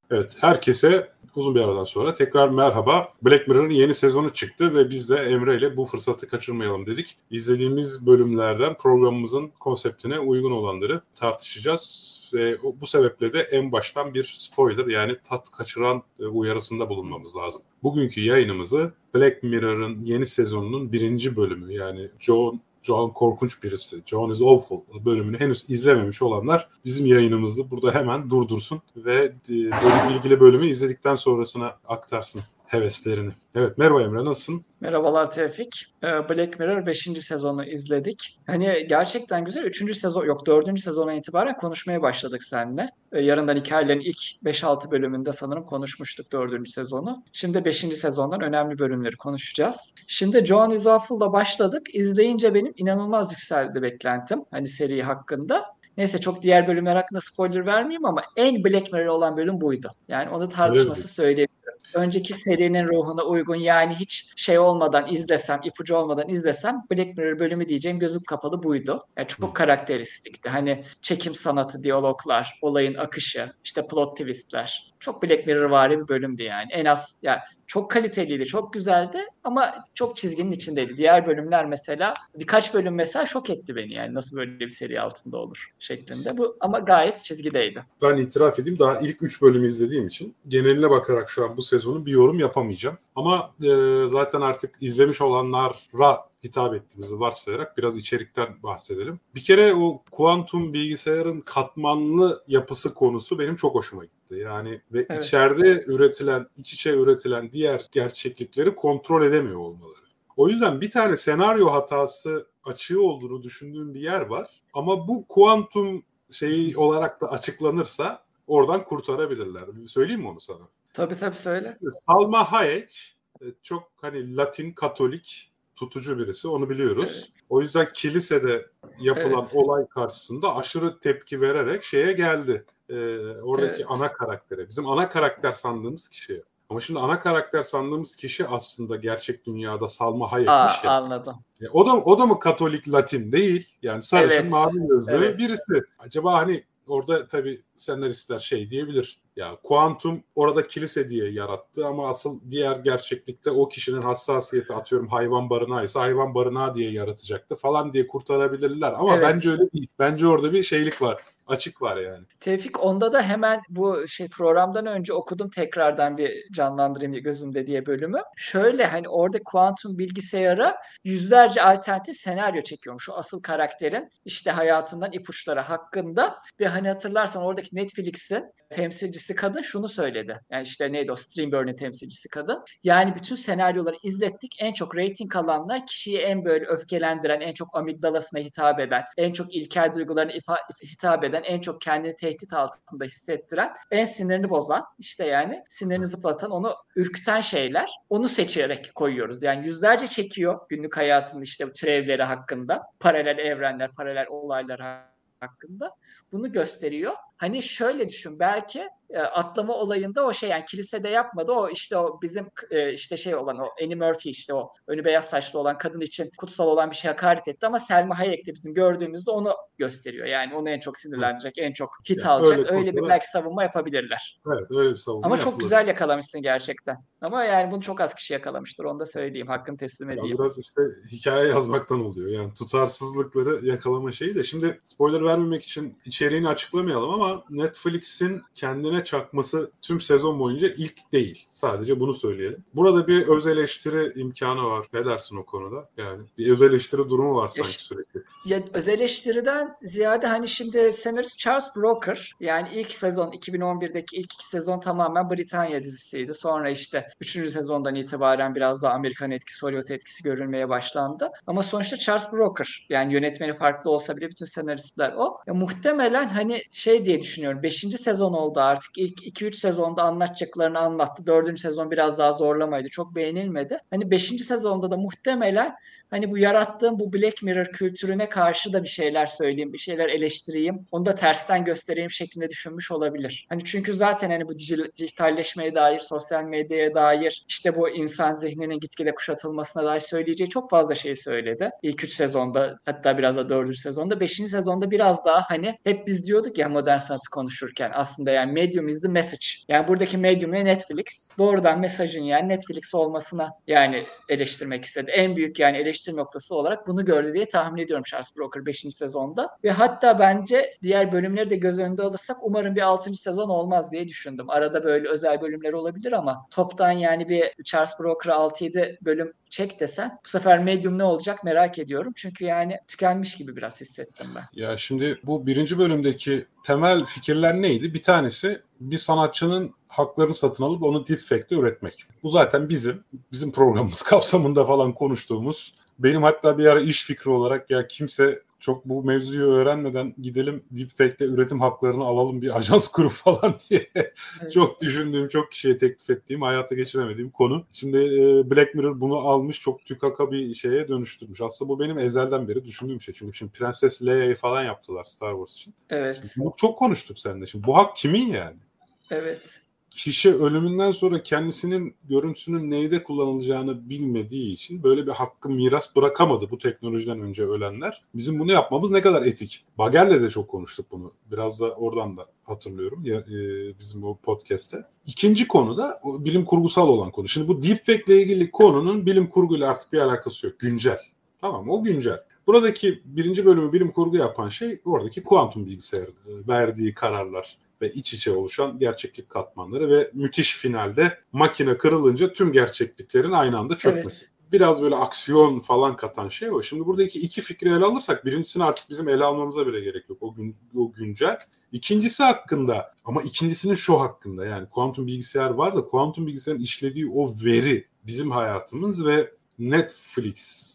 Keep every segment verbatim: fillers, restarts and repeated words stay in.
Evet, herkese uzun bir aradan sonra tekrar merhaba. Black Mirror'ın yeni sezonu çıktı ve biz de Emre ile bu fırsatı kaçırmayalım dedik. İzlediğimiz bölümlerden programımızın konseptine uygun olanları tartışacağız. Ve bu sebeple de en baştan bir spoiler, yani tat kaçıran uyarısında bulunmamız lazım. Bugünkü yayınımızı Black Mirror'ın yeni sezonunun birinci bölümü, yani John John korkunç birisi, John is awful bölümünü henüz izlememiş olanlar bizim yayınımızı burada hemen durdursun ve bölüm, ilgili bölümü izledikten sonrasına aktarsın heveslerini. Evet, merhaba Emre, nasılsın? Merhabalar Tevfik. Black Mirror beşinci sezonu izledik. Hani gerçekten güzel. üçüncü sezon, yok dördüncü sezona itibaren konuşmaya başladık seninle. Yarından Hikayelerin ilk beş altı bölümünde sanırım konuşmuştuk dördüncü sezonu. Şimdi beşinci sezondan önemli bölümleri konuşacağız. Şimdi John is Awful'la başladık. İzleyince benim inanılmaz yükseldi beklentim. Hani seri hakkında. Neyse, çok diğer bölümler hakkında spoiler vermeyeyim ama en Black Mirror olan bölüm buydu. Yani onu tartışması söyleyeyim. Önceki serinin ruhuna uygun, yani hiç şey olmadan izlesem, ipucu olmadan izlesem Black Mirror bölümü diyeceğim gözüm kapalı buydu. Yani çok karakteristikti. Hani çekim sanatı, diyaloglar, olayın akışı, işte plot twistler. Çok Black Mirrorvari bir bölümdü yani. En az yani çok kaliteliydi, çok güzeldi ama çok çizginin içindeydi. Diğer bölümler mesela, birkaç bölüm mesela şok etti beni, yani nasıl böyle bir seri altında olur şeklinde. Bu ama gayet çizgideydi. Ben itiraf edeyim, daha ilk üç bölümü izlediğim için geneline bakarak şu an bu sezonu bir yorum yapamayacağım. Ama e, zaten artık izlemiş olanlara hitap ettiğimizi varsayarak biraz içerikten bahsedelim. Bir kere o kuantum bilgisayarın katmanlı yapısı konusu benim çok hoşuma gitti. Yani ve evet. içeride üretilen, iç içe üretilen diğer gerçeklikleri kontrol edemiyor olmaları. O yüzden bir tane senaryo hatası açığı olduğunu düşündüğüm bir yer var. Ama bu kuantum şeyi olarak da açıklanırsa oradan kurtarabilirler. Söyleyeyim mi onu sana? Tabii tabii, söyle. Salma Hayek çok hani Latin Katolik tutucu birisi, onu biliyoruz. Evet. O yüzden kilisede yapılan evet. olay karşısında aşırı tepki vererek şeye geldi. Ee, oradaki evet. ana karaktere. Bizim ana karakter sandığımız kişiye. Ama şimdi ana karakter sandığımız kişi aslında gerçek dünyada Salma Hayek'miş ya. Anladım. E, o da o da mı Katolik Latin değil? Yani sarışın evet. mavi gözlü evet. birisi. Acaba hani orada tabii senaristler şey diyebilir. Ya kuantum orada kilise diye yarattı ama asıl diğer gerçeklikte o kişinin hassasiyeti, atıyorum hayvan barınağı ise hayvan barınağı diye yaratacaktı falan diye kurtarabilirler. Ama evet. bence öyle değil. Bence orada bir şeylik var. Açık var yani. Tevfik, onda da hemen bu şey programdan önce okudum, tekrardan bir canlandırayım gözümde diye bölümü. Şöyle, hani orada kuantum bilgisayara yüzlerce alternatif senaryo çekiyormuş. O asıl karakterin işte hayatından ipuçları hakkında ve hani hatırlarsan oradaki Netflix'in temsilcisi kadın şunu söyledi. Yani işte neydi o, Streamburner'in temsilcisi kadın. Yani bütün senaryoları izlettik. En çok reyting alanlar, kişiyi en böyle öfkelendiren, en çok amigdalasına hitap eden, en çok ilkel duygularına ifa- hitap eden, en çok kendini tehdit altında hissettiren, en sinirini bozan, işte yani sinirini zıplatan, onu ürküten şeyler, onu seçerek koyuyoruz. Yani yüzlerce çekiyor günlük hayatının işte türevleri hakkında, paralel evrenler, paralel olaylar hakkında bunu gösteriyor. Hani şöyle düşün, belki e, atlama olayında o şey, yani kilisede yapmadı, o işte o bizim e, işte şey olan o Annie Murphy, işte o önü beyaz saçlı olan kadın için kutsal olan bir şey hakaret etti ama Selma Hayek de bizim gördüğümüzde onu gösteriyor. Yani onu en çok sinirlendirecek, en çok hit yani alacak. Öyle, öyle bir belki savunma yapabilirler. Evet, öyle bir savunma ama yapılır. Çok güzel yakalamışsın gerçekten. Ama yani bunu çok az kişi yakalamıştır. Onu da söyleyeyim. Hakkını teslim edeyim. Ya biraz işte hikaye yazmaktan oluyor. Yani tutarsızlıkları yakalama şeyi de. Şimdi spoiler vermemek için içeriğini açıklamayalım ama Netflix'in kendine çakması tüm sezon boyunca ilk değil. Sadece bunu söyleyelim. Burada bir öz eleştiri imkanı var. Ne dersin o konuda? Yani bir öz eleştiri durumu var sanki sürekli. Ya öz eleştiriden ziyade hani şimdi senarist Charles Brooker, yani ilk sezon iki bin on birdeki ilk iki sezon tamamen Britanya dizisiydi. Sonra işte üçüncü sezondan itibaren biraz daha Amerikan etkisi, Hollywood etkisi görülmeye başlandı. Ama sonuçta Charles Brooker, yani yönetmeni farklı olsa bile bütün senaristler o. Ya muhtemelen hani şey diye düşünüyorum. beşinci sezon oldu artık. İlk iki üç sezonda anlatacaklarını anlattı. dördüncü sezon biraz daha zorlamaydı. Çok beğenilmedi. Hani beşinci sezonda da muhtemelen hani bu yarattığım bu Black Mirror kültürüne karşı da bir şeyler söyleyeyim, bir şeyler eleştireyim, onu da tersten göstereyim şeklinde düşünmüş olabilir. Hani çünkü zaten hani bu dijitalleşmeye dair, sosyal medyaya dair, işte bu insan zihninin gitgide kuşatılmasına dair söyleyeceği çok fazla şey söyledi. İlk üç sezonda, hatta biraz da dördüncü sezonda. Beşinci sezonda biraz daha hani hep biz diyorduk ya modern sanatı konuşurken, aslında yani medium is the message. Yani buradaki medium ne? Netflix. Doğrudan mesajın yani Netflix olmasına yani eleştirmek istedi. En büyük yani eleştiri noktası olarak bunu gördü diye tahmin ediyorum Charles Brooker beşinci sezonda. Ve hatta bence diğer bölümleri de göz önünde alırsak umarım bir altıncı sezon olmaz diye düşündüm. Arada böyle özel bölümler olabilir ama toptan yani bir Charles Brooker'a altı yedi bölüm çek desen bu sefer Medium ne olacak merak ediyorum. Çünkü yani tükenmiş gibi biraz hissettim ben. Ya şimdi bu birinci bölümdeki temel fikirler neydi? Bir tanesi bir sanatçının haklarını satın alıp onu deepfake'te üretmek. Bu zaten bizim bizim programımız kapsamında falan konuştuğumuz. Benim hatta bir ara iş fikri olarak ya kimse çok bu mevzuyu öğrenmeden gidelim deepfake'le üretim haklarını alalım bir ajans kurup falan diye evet. Çok düşündüğüm, çok kişiye teklif ettiğim, hayata geçiremediğim konu. Şimdi Black Mirror bunu almış, çok tükaka bir şeye dönüştürmüş. Aslında bu benim ezelden beri düşündüğüm şey. Çünkü şimdi Prenses Leia'yı falan yaptılar Star Wars için. Evet. Şimdi bunu çok konuştuk seninle. Şimdi bu hak kimin yani? Evet. Kişi ölümünden sonra kendisinin görüntüsünün neyde kullanılacağını bilmediği için böyle bir hakkı miras bırakamadı bu teknolojiden önce ölenler. Bizim bunu yapmamız ne kadar etik? Bager'le de çok konuştuk bunu. Biraz da oradan da hatırlıyorum ya, e, bizim o podcast'te. İkinci konu da o bilim kurgusal olan konu. Şimdi bu deepfake ile ilgili konunun bilim kurguyla artık bir alakası yok. Güncel. Tamam, o güncel. Buradaki birinci bölümü bilim kurgu yapan şey oradaki kuantum bilgisayarın verdiği kararlar ve iç içe oluşan gerçeklik katmanları ve müthiş finalde makine kırılınca tüm gerçekliklerin aynı anda çökmesi. Evet. Biraz böyle aksiyon falan katan şey o. Şimdi buradaki iki fikri ele alırsak birincisini artık bizim ele almamıza bile gerek yok. O, gün, o güncel. İkincisi hakkında ama ikincisinin şu hakkında yani kuantum bilgisayar var da kuantum bilgisayarın işlediği o veri bizim hayatımız ve Netflix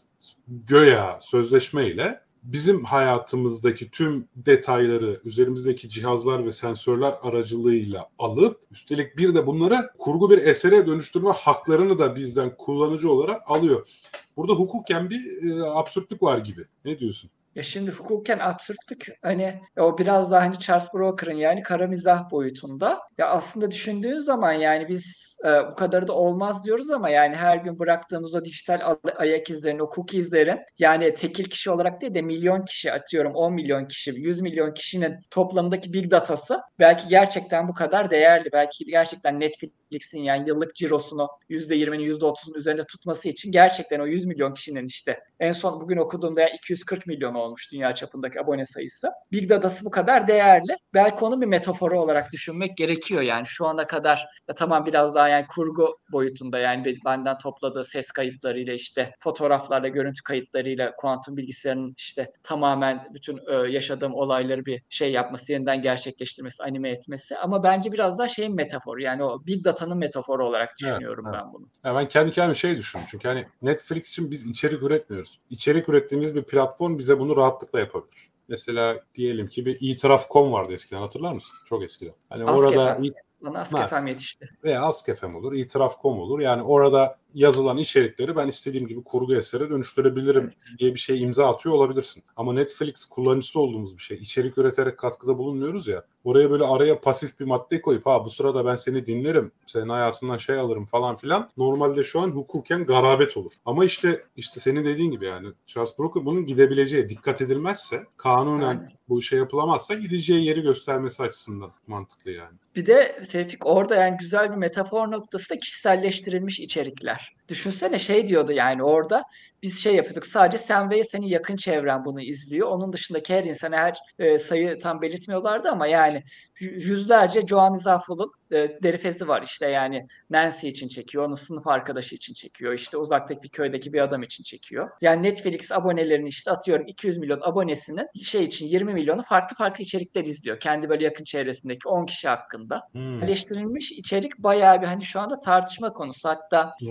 göya sözleşmeyle bizim hayatımızdaki tüm detayları üzerimizdeki cihazlar ve sensörler aracılığıyla alıp üstelik bir de bunları kurgu bir esere dönüştürme haklarını da bizden kullanıcı olarak alıyor. Burada hukuken bir e, absürtlük var gibi. Ne diyorsun? Ya şimdi hukuken absürtlük hani o biraz daha hani Charles Brooker'ın yani kara mizah boyutunda. Ya aslında düşündüğün zaman yani biz e, bu kadarı da olmaz diyoruz ama yani her gün bıraktığımız o dijital ayak izlerini, o cookie izlerin yani tekil kişi olarak değil de milyon kişi atıyorum on milyon kişi, yüz milyon kişinin toplamındaki big datası belki gerçekten bu kadar değerli. Belki gerçekten Netflix'in yani yıllık cirosunu yüzde yirminin yüzde otuzun üzerinde tutması için gerçekten o yüz milyon kişinin işte en son bugün okuduğumda iki yüz kırk milyon olmuş dünya çapındaki abone sayısı. Big Data'sı bu kadar değerli. Belki onu bir metaforu olarak düşünmek gerekiyor yani şu ana kadar ya tamam biraz daha yani kurgu boyutunda yani benden topladığı ses kayıtlarıyla işte fotoğraflarla görüntü kayıtlarıyla kuantum bilgisayarın işte tamamen bütün e, yaşadığım olayları bir şey yapması yeniden gerçekleştirmesi anime etmesi ama bence biraz daha şeyin metaforu yani o Big Data'nın metaforu olarak düşünüyorum evet, evet. ben bunu. Ya ben kendi kendime şey düşündüm çünkü hani Netflix için biz içerik üretmiyoruz. İçerik ürettiğimiz bir platform bize bunu rahatlıkla yapabilir. Mesela diyelim ki bir itiraf nokta com vardı eskiden hatırlar mısın? Çok eskiden. Hani Ask orada F M. Bana Ask F M yetişti. Veya Ask F M olur, itiraf nokta com olur. Yani orada yazılan içerikleri ben istediğim gibi kurgu esere dönüştürebilirim evet. diye bir şey imza atıyor olabilirsin. Ama Netflix kullanıcısı olduğumuz bir şey. İçerik üreterek katkıda bulunmuyoruz ya. Oraya böyle araya pasif bir madde koyup ha bu sırada ben seni dinlerim, senin hayatından şey alırım falan filan. Normalde şu an hukuken garabet olur. Ama işte işte senin dediğin gibi yani Charles Brooker bunun gidebileceği dikkat edilmezse kanunen Aynen. bu işe yapılamazsa gideceği yeri göstermesi açısından mantıklı yani. Bir de Tevfik orada yani güzel bir metafor noktası da kişiselleştirilmiş içerikler. Düşünsene şey diyordu yani orada biz şey yapıyorduk sadece sen ve senin yakın çevren bunu izliyor. Onun dışındaki her insana her e, sayı tam belirtmiyorlardı ama yani yüzlerce Joanne Zafful'un e, derifezi var işte yani Nancy için çekiyor, onun sınıf arkadaşı için çekiyor, işte uzaktaki bir köydeki bir adam için çekiyor. Yani Netflix abonelerini işte atıyorum iki yüz milyon abonesinin şey için yirmi milyonu farklı farklı içerikler izliyor. Kendi böyle yakın çevresindeki on kişi hakkında. Hmm. Eleştirilmiş içerik bayağı bir hani şu anda tartışma konusu. Hatta bu evet. hani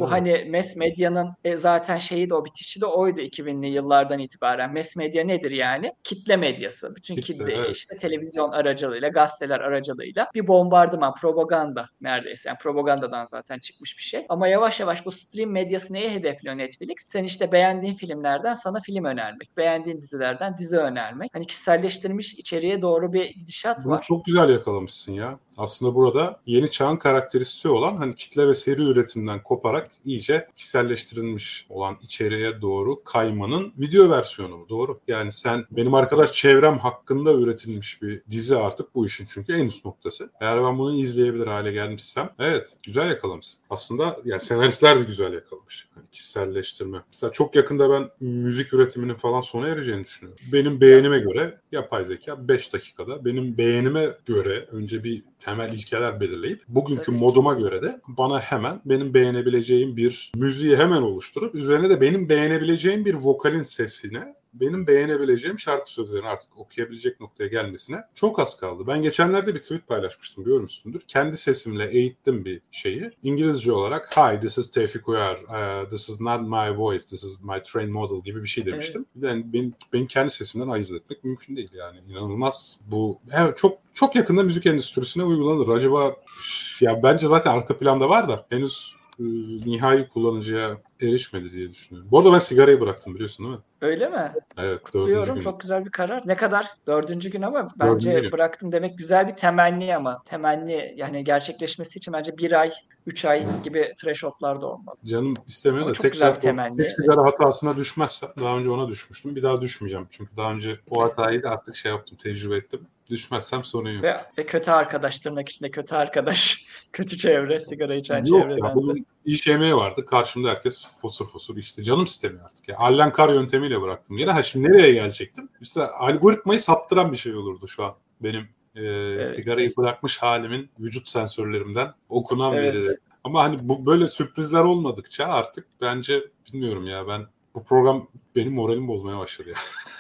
hani mass medyanın e, zaten şeyi de o bitişi de oydu iki binli yıllardan itibaren. Mass medya nedir yani? Kitle medyası. Bütün Kitle, kitleyi evet. işte televizyon aracılığıyla, gazeteler aracılığıyla bir bombardıman, propaganda neredeyse. Yani propagandadan zaten çıkmış bir şey. Ama yavaş yavaş bu stream medyası neye hedefliyor Netflix? Sen işte beğendiğin filmlerden sana film önermek, beğendiğin dizilerden dizi önermek. Hani kişiselleştirilmiş içeriğe doğru bir gidişat Bunu var. çok güzel yakalamışsın ya. Aslında burada yeni çağın karakteristiği olan hani kitle ve seri üretimden koparak iyice kişiselleştirilmiş olan içeriğe doğru kaymanın video versiyonu mu? Doğru. Yani sen benim arkadaş çevrem hakkında üretilmiş bir dizi artık bu işin çünkü en üst noktası. Eğer ben bunu izleyebilir hale gelmişsem evet güzel yakalamışsın. Aslında yani senaristler de güzel yakalamış. Yani kişiselleştirme. Mesela çok yakında ben müzik üretiminin falan sona ereceğini düşünüyorum. Benim beğenime göre yapay zeka beş dakikada benim beğenime göre önce bir temel ilkeler belirleyip bugünkü Tabii ki. moduma göre de bana hemen benim beğenebileceğim bir müziği hemen oluşturup üzerine de benim beğenebileceğim bir vokalin sesine benim beğenebileceğim şarkı sözlerini artık okuyabilecek noktaya gelmesine çok az kaldı. Ben geçenlerde bir tweet paylaşmıştım görmüşsündür. Kendi sesimle eğittim bir şeyi. İngilizce olarak hi this is Tevfik Uyar, uh, this is not my voice, this is my trained model gibi bir şey demiştim. Evet. Yani benim, benim kendi sesimden ayırt etmek mümkün değil yani. İnanılmaz bu. Evet, çok çok yakında müzik endüstrisine uygulanır. Acaba ya bence zaten arka planda var da henüz e, nihai kullanıcıya erişmedi diye düşünüyorum. Bu arada ben sigarayı bıraktım biliyorsun değil mi? Öyle mi? Evet, Kutluyorum. gün. Çok güzel bir karar. Ne kadar? Dördüncü gün ama Dördüncü bence gün. bıraktın demek güzel bir temenni ama. Temenni yani gerçekleşmesi için bence bir ay, üç ay gibi thresholdlar da olmalı. Canım istemiyor Ama da çok güzel tekrar bir temenni. tek sigara hatasına düşmezsem daha önce ona düşmüştüm. Bir daha düşmeyeceğim. Çünkü daha önce o hatayı da artık şey yaptım, tecrübe ettim. Düşmezsem sorun yok. Ve, ve kötü arkadaş, tırnak içinde kötü arkadaş, kötü çevre, sigara içen Yok çevreden ya de. bunun iş yemeği vardı. Karşımda herkes fosur fosur işte. Canım istemiyor artık. Ya. Allen Carr yöntemiyle bıraktım. Yine ha şimdi nereye gelecektim? Mesela algoritmayı saptıran bir şey olurdu şu an. Benim e, Evet. sigarayı bırakmış halimin vücut sensörlerimden okunan Evet. verileri. Ama hani bu böyle sürprizler olmadıkça artık bence bilmiyorum ya ben bu program benim moralimi bozmaya başladı ya.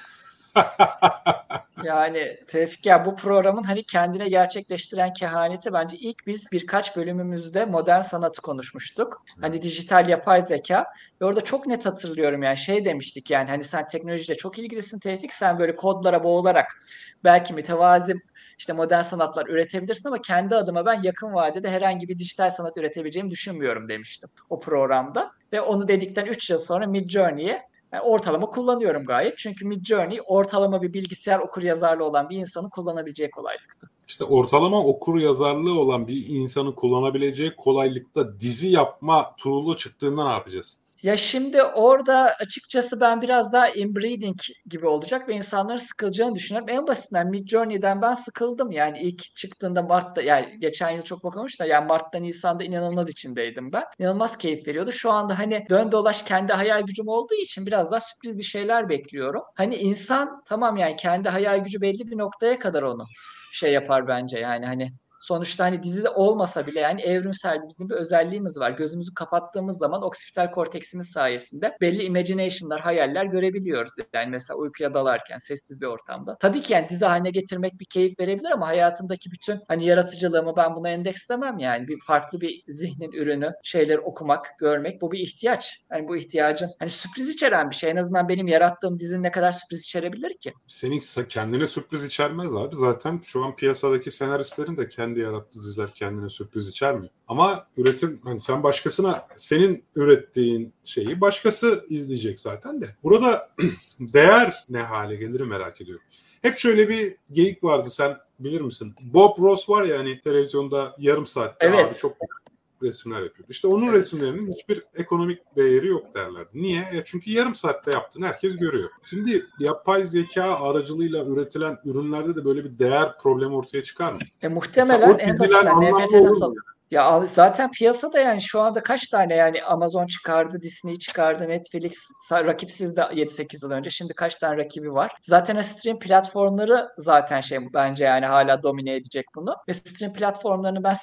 Yani Tevfik ya bu programın hani kendine gerçekleştiren kehaneti bence ilk biz birkaç bölümümüzde modern sanatı konuşmuştuk. Hani dijital yapay zeka ve orada çok net hatırlıyorum yani şey demiştik yani hani sen teknolojiyle çok ilgilisin Tevfik sen böyle kodlara boğularak belki mütevazi işte modern sanatlar üretebilirsin ama kendi adıma ben yakın vadede herhangi bir dijital sanat üretebileceğimi düşünmüyorum demiştim o programda. Ve onu dedikten üç yıl sonra Midjourney'e yani ortalama kullanıyorum gayet. Çünkü Midjourney ortalama bir bilgisayar okuryazarlığı olan bir insanın kullanabileceği kolaylıkta. İşte ortalama okur yazarlığı olan bir insanın kullanabileceği kolaylıkta dizi yapma tool'u çıktığında ne yapacağız? Ya şimdi orada açıkçası ben biraz daha inbreeding gibi olacak ve insanların sıkılacağını düşünüyorum. En basitinden Midjourney'den ben sıkıldım. Yani ilk çıktığında Mart'ta yani geçen yıl çok bakılmış da yani Mart'ta Nisan'da inanılmaz içindeydim ben. İnanılmaz keyif veriyordu. Şu anda hani dön dolaş kendi hayal gücüm olduğu için biraz daha sürpriz bir şeyler bekliyorum. Hani insan tamam yani kendi hayal gücü belli bir noktaya kadar onu şey yapar bence yani hani sonuçta hani dizide olmasa bile yani evrimsel bizim bir özelliğimiz var. Gözümüzü kapattığımız zaman oksipital korteksimiz sayesinde belli imagination'lar, hayaller görebiliyoruz. Yani mesela uykuya dalarken sessiz bir ortamda. Tabii ki yani dizi haline getirmek bir keyif verebilir ama hayatımdaki bütün hani yaratıcılığımı ben buna endekslemem yani. Bir farklı bir zihnin ürünü, şeyleri okumak, görmek bu bir ihtiyaç. Yani bu ihtiyacın hani sürpriz içeren bir şey. En azından benim yarattığım dizinin ne kadar sürpriz içerebilir ki? Senin kendine sürpriz içermez abi. Zaten şu an piyasadaki senaristlerin de kendi yarattığı diziler kendine sürpriz içermiyor. Ama üretim hani sen başkasına senin ürettiğin şeyi başkası izleyecek zaten de. Burada değer ne hale gelir merak ediyorum. Hep şöyle bir geyik vardı sen bilir misin? Bob Ross var ya hani televizyonda yarım saatte Evet. abi çok resimler yapıyor. İşte onun Evet. resimlerinin hiçbir ekonomik değeri yok derlerdi. Niye? E çünkü yarım saatte yaptığını herkes görüyor. Şimdi yapay zeka aracılığıyla üretilen ürünlerde de böyle bir değer problemi ortaya çıkar mı? E, muhtemelen o en diziler basitinden N F anlamlı T olur nasıl? mu? Ya abi zaten piyasada yani şu anda kaç tane yani Amazon çıkardı, Disney çıkardı, Netflix rakipsiz de yedi sekiz yıl önce. Şimdi kaç tane rakibi var? Zaten o stream platformları zaten şey bence yani hala domine edecek bunu. Ve stream platformlarını ben seç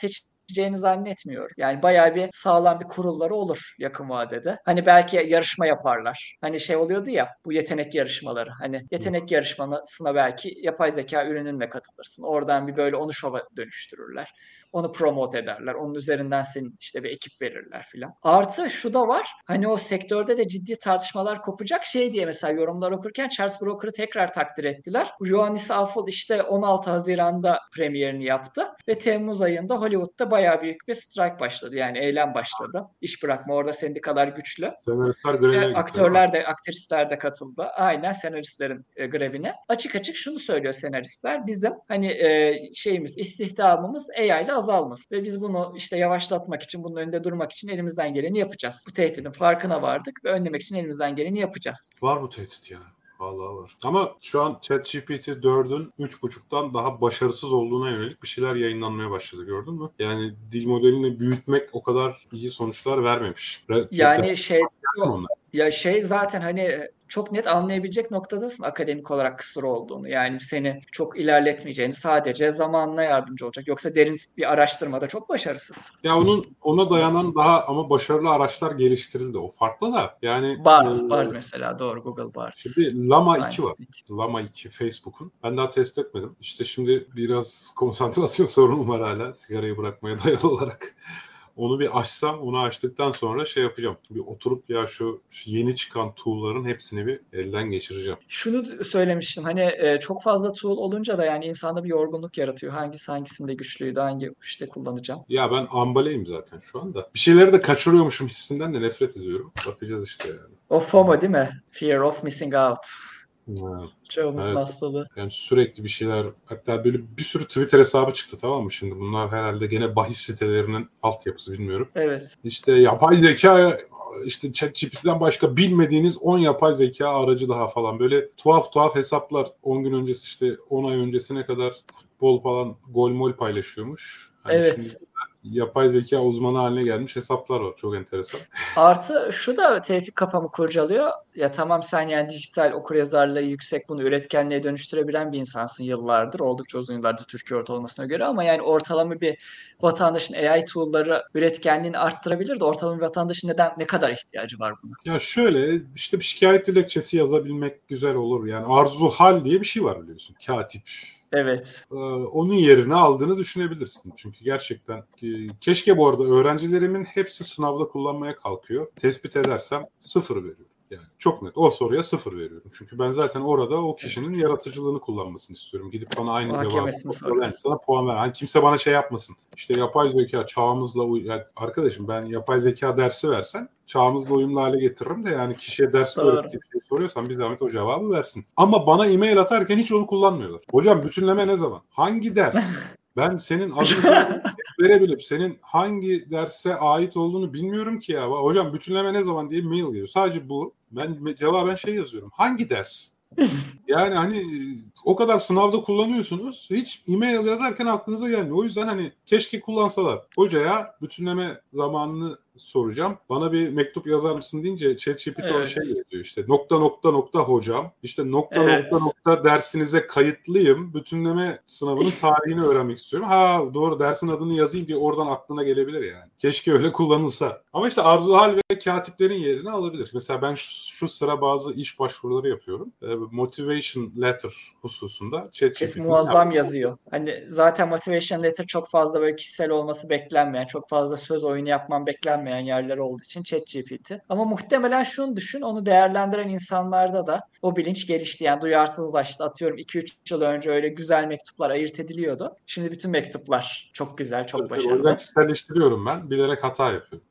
geçeceğini zannetmiyorum. Yani bayağı bir sağlam bir kurulları olur yakın vadede. Hani belki yarışma yaparlar. Hani şey oluyordu ya, bu yetenek yarışmaları. Hani yetenek yarışmasına belki yapay zeka ürününle katılırsın. Oradan bir böyle onu şova dönüştürürler. Onu promote ederler. Onun üzerinden senin işte bir ekip verirler filan. Artı şu da var. Hani o sektörde de ciddi tartışmalar kopacak şey diye mesela yorumlar okurken Charles Brooker'ı tekrar takdir ettiler. Ioannis Afol işte on altı Haziran'da premierini yaptı ve Temmuz ayında Hollywood'da bayağı büyük bir strike başladı. Yani eylem başladı. İş bırakma orada sendikalar güçlü. Senaristler Ve greve gitti. aktörler de, aktrisler de katıldı. Aynen senaristlerin e, grevine. Açık açık şunu söylüyor senaristler. Bizim hani e, şeyimiz, istihdamımız A I ile azalması. Ve biz bunu işte yavaşlatmak için, bunun önünde durmak için elimizden geleni yapacağız. Bu tehditin farkına vardık ve önlemek için elimizden geleni yapacağız. Var bu tehdit ya. Vallahi var. Ama şu an ChatGPT dördün üç buçuktan daha başarısız olduğuna yönelik bir şeyler yayınlanmaya başladı, gördün mü? Yani dil modelini büyütmek o kadar iyi sonuçlar vermemiş. Re- Yani şey onlar. ya şey zaten hani çok net anlayabilecek noktadasın akademik olarak kısır olduğunu. Yani seni çok ilerletmeyeceğini, sadece zamanına yardımcı olacak. Yoksa derin bir araştırmada çok başarısız. Ya onun ona dayanan daha ama başarılı araçlar geliştirildi. O farklı da. Yani Bard, e, Bard mesela doğru, Google Bard. şimdi Llama iki var. Scientific. Llama iki Facebook'un. Ben daha test etmedim. İşte şimdi biraz konsantrasyon sorunum var hala. Sigarayı bırakmaya dayalı olarak. Onu bir açsam, onu açtıktan sonra şey yapacağım. Bir oturup ya şu, şu yeni çıkan tool'ların hepsini bir elden geçireceğim. Şunu söylemiştim hani e, çok fazla tool olunca da yani insanda bir yorgunluk yaratıyor. Hangisi hangisinde güçlüydü, hangi işte kullanacağım. Ya ben ambaleyim zaten şu anda. Bir şeyleri de kaçırıyormuşum hissinden de nefret ediyorum. Bakacağız işte yani. O FOMO değil mi? Fear of missing out. Ha, Çoğumuzun evet. hastalığı. Yani sürekli bir şeyler, hatta böyle bir sürü Twitter hesabı çıktı, tamam mı şimdi? Bunlar herhalde gene bahis sitelerinin altyapısı, bilmiyorum. Evet. İşte yapay zeka, işte ChatGPT'den başka bilmediğiniz on yapay zeka aracı daha falan. Böyle tuhaf tuhaf hesaplar, on gün öncesi işte on ay öncesine kadar futbol falan gol mol paylaşıyormuş. Hani Evet. şimdi yapay zeka uzmanı haline gelmiş hesaplar var. Çok enteresan. Artı şu da Tevfik kafamı kurcalıyor. Ya tamam sen yani dijital okuryazarlığı yüksek, bunu üretkenliğe dönüştürebilen bir insansın yıllardır. Oldukça uzun yıllardır Türkiye ortalamasına göre ama yani ortalama bir vatandaşın A I tool'ları üretkenliğini arttırabilir de ortalama bir vatandaşın neden ne kadar ihtiyacı var buna? Ya şöyle işte bir şikayet dilekçesi yazabilmek güzel olur. Yani arzu hal diye bir şey var, biliyorsun. Katip. Evet. Ee, onun yerini aldığını düşünebilirsin. Çünkü gerçekten e, keşke, bu arada öğrencilerimin hepsi sınavda kullanmaya kalkıyor. Tespit edersem sıfır veriyorum. Yani çok net. O soruya sıfır veriyorum. Çünkü ben zaten orada o kişinin evet. yaratıcılığını kullanmasını istiyorum. Gidip bana aynı cevabı sorulan sana puan ver. Hani kimse bana şey yapmasın. İşte yapay zeka çağımızla uy- yani arkadaşım, ben yapay zeka dersi versen çağımızla uyumlu hale getiririm de, yani kişiye ders öğrettiği bir şey soruyorsan bir zahmet o cevabı versin. Ama bana e-mail atarken hiç onu kullanmıyorlar. Hocam bütünleme ne zaman? Hangi ders? Ben senin adını verebilip senin hangi derse ait olduğunu bilmiyorum ki ya. Hocam bütünleme ne zaman diye mail geliyor. Sadece bu. Ben cevaben şey yazıyorum. Hangi ders? Yani hani o kadar sınavda kullanıyorsunuz. Hiç e-mail yazarken aklınıza gelmiyor. O yüzden hani keşke kullansalar. Hocaya bütünleme zamanını soracağım. Bana bir mektup yazar mısın deyince ChatGPT evet. ona şey yazıyor işte. Nokta nokta nokta hocam. İşte nokta evet. nokta nokta dersinize kayıtlıyım. Bütünleme sınavının tarihini öğrenmek istiyorum. Ha doğru, dersin adını yazayım diye oradan aklına gelebilir yani. Keşke öyle kullanılsa. Ama işte arzu hal ve katiplerin yerini alabilir. Mesela ben şu, şu sıra bazı iş başvuruları yapıyorum. Motivation letter hususunda ChatGPT muazzam yazıyor. Hani zaten motivation letter çok fazla böyle kişisel olması beklenmeyen, çok fazla söz oyunu yapman beklenmeyen yerler olduğu için ChatGPT. Ama muhtemelen şunu düşün, onu değerlendiren insanlarda da o bilinç gelişti. Yani duyarsızlaştı. Atıyorum iki üç yıl önce öyle güzel mektuplar ayırt ediliyordu. Şimdi bütün mektuplar çok güzel, çok başarılı. O yüzden kişiselleştiriyorum ben. Bilerek hata yapıyorum.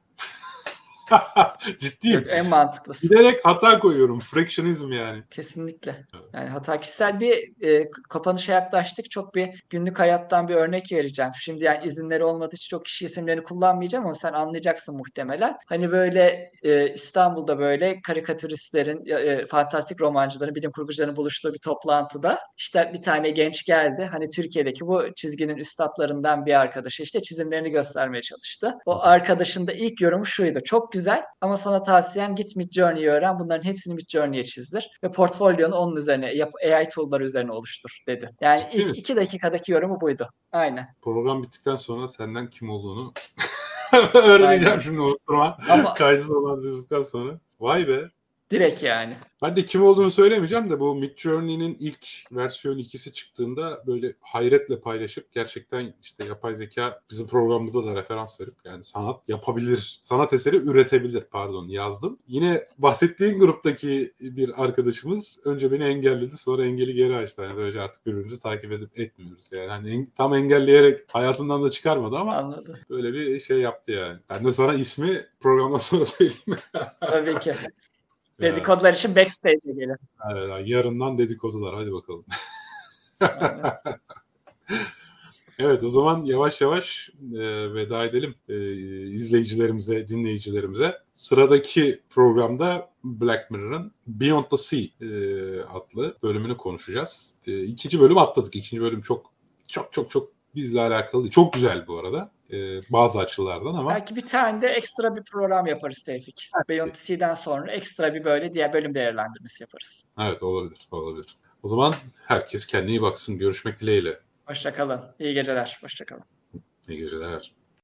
Ciddiyim. Yok, en mantıklısı. Giderek hata koyuyorum. Fractionizm yani. Kesinlikle. Yani hata kişisel bir e, kapanışa yaklaştık. Çok bir günlük hayattan bir örnek vereceğim. Şimdi yani izinleri olmadığı için çok kişi isimlerini kullanmayacağım ama sen anlayacaksın muhtemelen. Hani böyle e, İstanbul'da böyle karikatüristlerin, e, fantastik romancıların, bilim kurgucuların buluştuğu bir toplantıda işte bir tane genç geldi. Hani Türkiye'deki bu çizginin üstatlarından bir arkadaşı işte çizimlerini göstermeye çalıştı. O arkadaşın da ilk yorumu şuydu. Çok güzel ama Ama sana tavsiyem git Midjourney'i öğren. Bunların hepsini Midjourney'e çizdir. Ve portfolyonu onun üzerine, yap, A I tool'ları üzerine oluştur dedi. Yani Ciddi ilk mi? iki dakikadaki yorumu buydu. Aynen. Program bittikten sonra senden kim olduğunu öğreneceğim Aynen. şimdi, unutturma. Ama Kaydı sonlandırdıktan sonra. Vay be. direkt yani. Ben de kim olduğunu söylemeyeceğim de bu Midjourney'nin ilk versiyon ikisi çıktığında böyle hayretle paylaşıp gerçekten işte yapay zeka bizim programımızda da referans verip yani sanat yapabilir, sanat eseri üretebilir pardon yazdım. Yine bahsettiğin gruptaki bir arkadaşımız önce beni engelledi, sonra engeli geri açtı. Yani böylece artık birbirimizi takip edip etmiyoruz. Yani hani en, tam engelleyerek hayatından da çıkarmadı ama Anladım. böyle bir şey yaptı yani. Ben de sana ismi programdan sonra söyleyeyim. Tabii ki. Evet. Dedikodular için backstage'e gelin. Evet, yarından dedikodular. Hadi bakalım. Aynen. Evet, o zaman yavaş yavaş e, veda edelim e, izleyicilerimize, dinleyicilerimize. Sıradaki programda Black Mirror'ın Beyond the Sea e, adlı bölümünü konuşacağız. E, ikinci bölüm atladık. İkinci bölüm çok çok çok çok bizle alakalı değil. Çok güzel bu arada. E, bazı açılardan ama. Belki bir tane de ekstra bir program yaparız Tevfik. Beyond the Sea'den sonra ekstra bir böyle diğer bölüm değerlendirmesi yaparız. Evet, olabilir, olabilir. O zaman herkes kendine iyi baksın. Görüşmek dileğiyle. Hoşça kalın. İyi geceler. Hoşça kalın. İyi geceler.